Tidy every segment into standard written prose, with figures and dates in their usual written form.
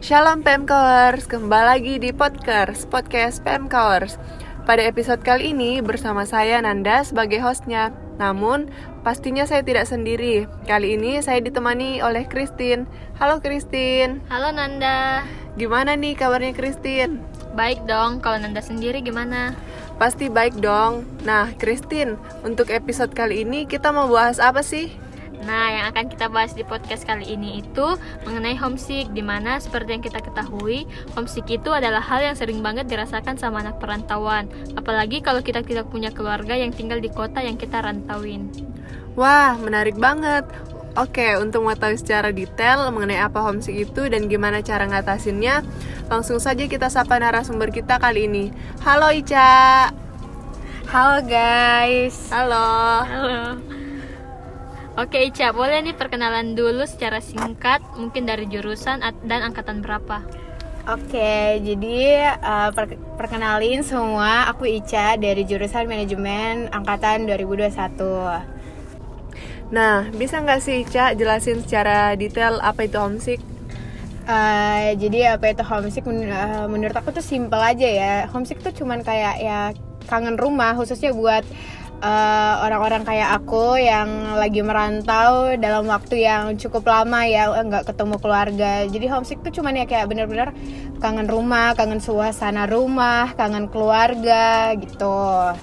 Shalom PMKers, kembali lagi di podcast PMKers. Pada episode kali ini bersama saya Nanda sebagai hostnya. Namun pastinya saya tidak sendiri. Kali ini saya ditemani oleh Christine. Halo Christine. Halo Nanda. Gimana nih kabarnya Christine? Baik dong, kalau Nanda sendiri gimana? Pasti baik dong. Nah Christine, untuk episode kali ini kita mau bahas apa sih? Nah, yang akan kita bahas di podcast kali ini itu mengenai homesick, dimana seperti yang kita ketahui, homesick itu adalah hal yang sering banget dirasakan sama anak perantauan. Apalagi kalau kita tidak punya keluarga yang tinggal di kota yang kita rantauin. Wah, menarik banget. Oke, untuk mengetahui secara detail mengenai apa homesick itu dan gimana cara ngatasinnya, langsung saja kita sapa narasumber kita kali ini. Halo Ica. Halo guys. Halo. Oke Ica, boleh nih perkenalan dulu secara singkat, mungkin dari jurusan dan angkatan berapa? Oke, jadi perkenalin semua, aku Ica dari jurusan manajemen angkatan 2021. Nah, bisa nggak sih Ica jelasin secara detail apa itu homesick? Jadi apa itu homesick, menurut aku tuh simple aja ya. Homesick tuh cuman kayak ya kangen rumah, khususnya buat orang-orang kayak aku yang lagi merantau dalam waktu yang cukup lama ya, nggak ketemu keluarga. Jadi homesick tuh cuman ya kayak bener-bener kangen rumah, kangen suasana rumah, kangen keluarga gitu.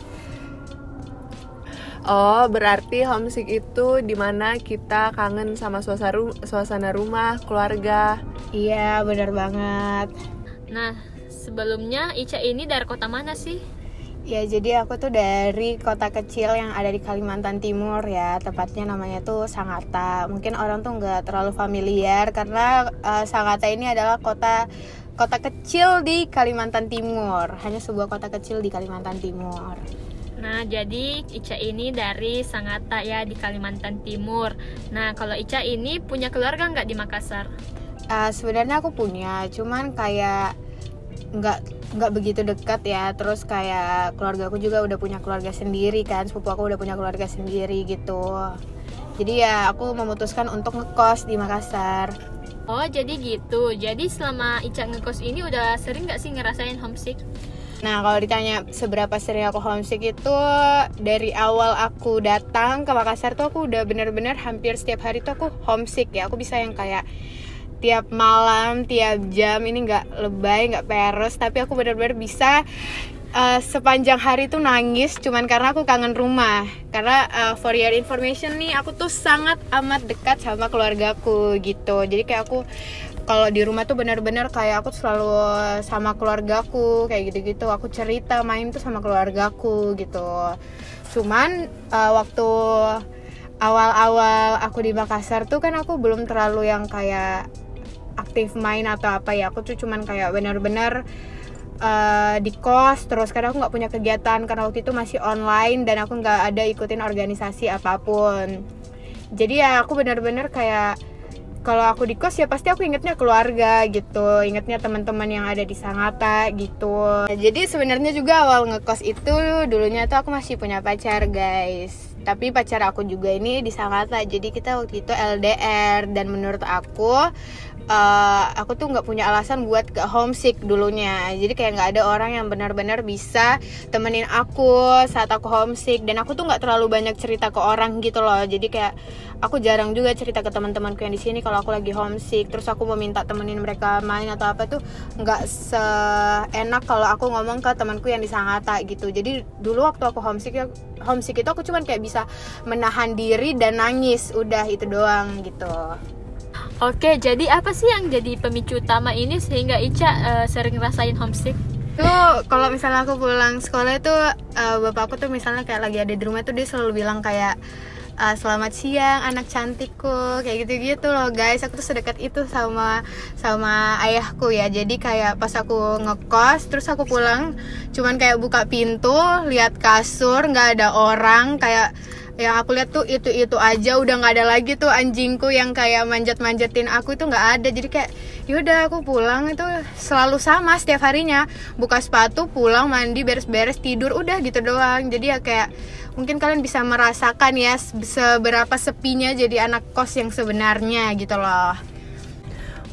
Oh, berarti homesick itu dimana kita kangen sama suasana rumah, keluarga. Iya, bener banget. Nah, sebelumnya Ica ini dari kota mana sih? Ya, jadi aku tuh dari kota kecil yang ada di Kalimantan Timur ya, tepatnya namanya tuh Sangatta. Mungkin orang tuh nggak terlalu familiar karena Sangatta ini adalah kota kecil di Kalimantan Timur, hanya sebuah kota kecil di Kalimantan Timur. Nah, jadi Ica ini dari Sangatta ya, di Kalimantan Timur. Nah, kalau Ica ini punya keluarga nggak di Makassar? Sebenarnya aku punya, cuman kayak nggak begitu dekat ya. Terus kayak keluarga aku juga udah punya keluarga sendiri kan, sepupu aku udah punya keluarga sendiri gitu. Jadi ya aku memutuskan untuk ngekos di Makassar. Oh, jadi gitu. Jadi selama Ica ngekos ini udah sering nggak sih ngerasain homesick? Nah, kalau ditanya seberapa sering aku homesick itu, dari awal aku datang ke Makassar tuh aku udah bener-bener hampir setiap hari tuh aku homesick ya. Aku bisa yang kayak tiap malam, tiap jam, ini nggak lebay, nggak peres, tapi aku benar-benar bisa sepanjang hari tuh nangis cuman karena aku kangen rumah. Karena for your information nih, aku tuh sangat amat dekat sama keluargaku gitu. Jadi kayak aku kalau di rumah tuh benar-benar kayak aku selalu sama keluargaku kayak gitu-gitu. Aku cerita main tuh sama keluargaku gitu. Cuman waktu awal-awal aku di Makassar tuh kan aku belum terlalu yang kayak aktif main atau apa ya. Aku tuh cuman kayak benar-benar di kos, terus kadang aku nggak punya kegiatan karena waktu itu masih online dan aku nggak ada ikutin organisasi apapun. Jadi ya aku benar-benar kayak kalau aku di kos ya pasti aku ingetnya keluarga gitu, ingetnya teman-teman yang ada di Sangatta gitu. Jadi sebenarnya juga awal ngekos itu dulunya tuh aku masih punya pacar guys. Tapi pacar aku juga ini di Sangatta, jadi kita waktu itu LDR. Dan menurut aku tuh nggak punya alasan buat gak homesick dulunya. Jadi kayak nggak ada orang yang benar-benar bisa temenin aku saat aku homesick. Dan aku tuh nggak terlalu banyak cerita ke orang gitu loh. Jadi kayak aku jarang juga cerita ke teman-temanku yang di sini kalau aku lagi homesick. Terus aku mau minta temenin mereka main atau apa tuh nggak seenak kalau aku ngomong ke temanku yang di Sangatta gitu. Jadi dulu waktu aku homesick itu aku cuman kayak bisa menahan diri dan nangis, udah itu doang gitu. Oke, jadi apa sih yang jadi pemicu utama ini sehingga Ica sering rasain homesick? Tuh kalau misalnya aku pulang sekolah tuh bapak aku tuh misalnya kayak lagi ada di rumah tuh dia selalu bilang kayak selamat siang anak cantikku, kayak gitu-gitu loh guys. Aku tuh sedekat itu sama ayahku ya. Jadi kayak pas aku ngekos terus aku pulang cuman kayak buka pintu, lihat kasur nggak ada orang, kayak yang aku lihat tuh itu aja, udah nggak ada lagi tuh anjingku yang kayak manjat-manjatin aku, itu nggak ada. Jadi kayak yaudah aku pulang itu selalu sama setiap harinya, buka sepatu, pulang, mandi, beres-beres, tidur, udah gitu doang. Jadi ya kayak mungkin kalian bisa merasakan ya seberapa sepinya jadi anak kos yang sebenarnya gitu loh.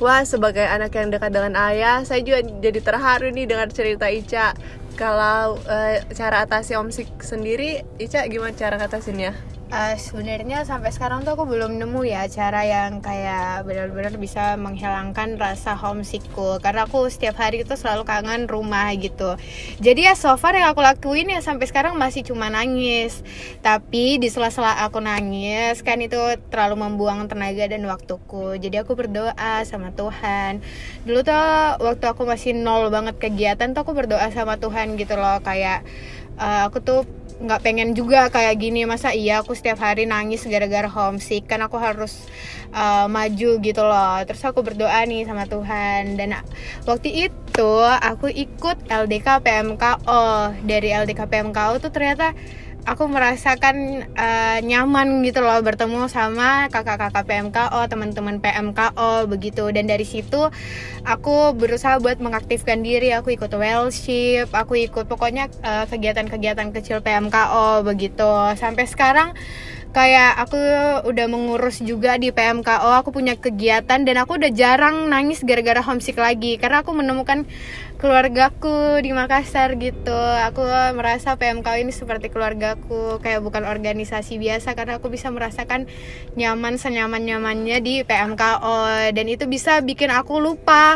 Wah, sebagai anak yang dekat dengan ayah, saya juga jadi terharu nih dengar cerita Ica. Kalau cara atasi homesick sendiri, Ica gimana cara ngatasinnya? Sebenarnya sampai sekarang tuh aku belum nemu ya cara yang kayak benar-benar bisa menghilangkan rasa homesickku, karena aku setiap hari itu selalu kangen rumah gitu. Jadi ya so far yang aku lakuin ya sampai sekarang masih cuma nangis. Tapi di sela-sela aku nangis kan itu terlalu membuang tenaga dan waktuku. Jadi aku berdoa sama Tuhan. Dulu tuh waktu aku masih nol banget kegiatan tuh aku berdoa sama Tuhan gitu loh, kayak aku tuh nggak pengen juga kayak gini, masa iya aku setiap hari nangis gara-gara homesick, kan aku harus maju gitu loh. Terus aku berdoa nih sama Tuhan, dan waktu itu aku ikut LDK PMKO. Dari LDK PMKO tuh ternyata aku merasakan nyaman gitu loh bertemu sama kakak-kakak PMKO, teman-teman PMKO begitu. Dan dari situ aku berusaha buat mengaktifkan diri. Aku ikut wellship, aku ikut pokoknya kegiatan-kegiatan kecil PMKO begitu. Sampai sekarang kayak aku udah mengurus juga di PMKO, aku punya kegiatan dan aku udah jarang nangis gara-gara homesick lagi, karena aku menemukan keluargaku di Makassar gitu. Aku merasa PMKO ini seperti keluargaku, kayak bukan organisasi biasa, karena aku bisa merasakan nyaman senyaman-nyamannya di PMKO, dan itu bisa bikin aku lupa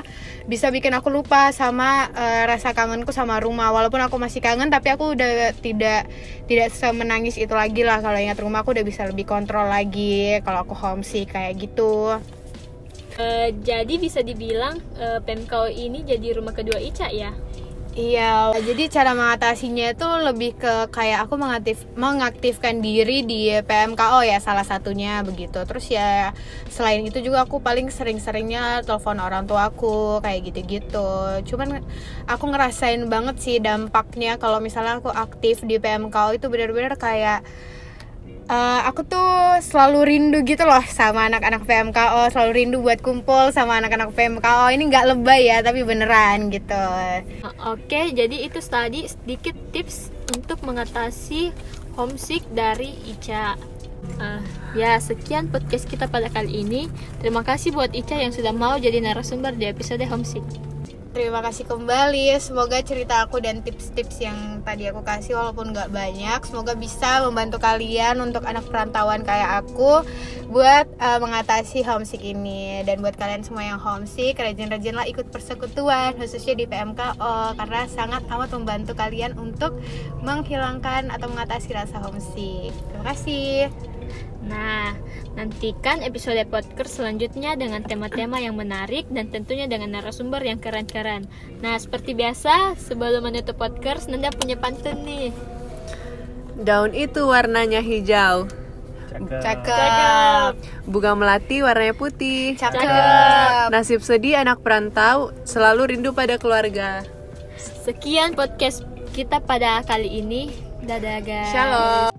sama rasa kangenku sama rumah. Walaupun aku masih kangen, tapi aku udah tidak semenangis itu lagi lah. Kalau ingat rumah aku udah bisa lebih kontrol lagi kalau aku homesick kayak gitu. Jadi bisa dibilang PMKO ini jadi rumah kedua Ica ya? Iya, jadi cara mengatasinya itu lebih ke kayak aku mengaktifkan diri di PMKO ya, salah satunya begitu. Terus ya selain itu juga aku paling sering-seringnya telepon orang tua aku kayak gitu-gitu. Cuman aku ngerasain banget sih dampaknya kalau misalnya aku aktif di PMKO itu benar-benar kayak aku tuh selalu rindu gitu loh sama anak-anak PMKO, selalu rindu buat kumpul sama anak-anak PMKO. Ini nggak lebay ya, tapi beneran gitu. Oke, jadi itu tadi sedikit tips untuk mengatasi homesick dari Ica. Ya, sekian podcast kita pada kali ini. Terima kasih buat Ica yang sudah mau jadi narasumber di episode homesick. Terima kasih kembali. Semoga cerita aku dan tips-tips yang tadi aku kasih walaupun gak banyak, semoga bisa membantu kalian untuk anak perantauan kayak aku buat mengatasi homesick ini. Dan buat kalian semua yang homesick, rajin-rajinlah ikut persekutuan khususnya di PMKO, karena sangat amat membantu kalian untuk menghilangkan atau mengatasi rasa homesick. Terima kasih. Nah, nantikan episode podcast selanjutnya dengan tema-tema yang menarik dan tentunya dengan narasumber yang keren-keren. Nah, seperti biasa, sebelum menutup podcast, Nanda punya pantun nih. Daun itu warnanya hijau. Cakep. Bunga melati warnanya putih. Cakep. Nasib sedih anak perantau selalu rindu pada keluarga. Sekian podcast kita pada kali ini. Dadah guys. Shalom.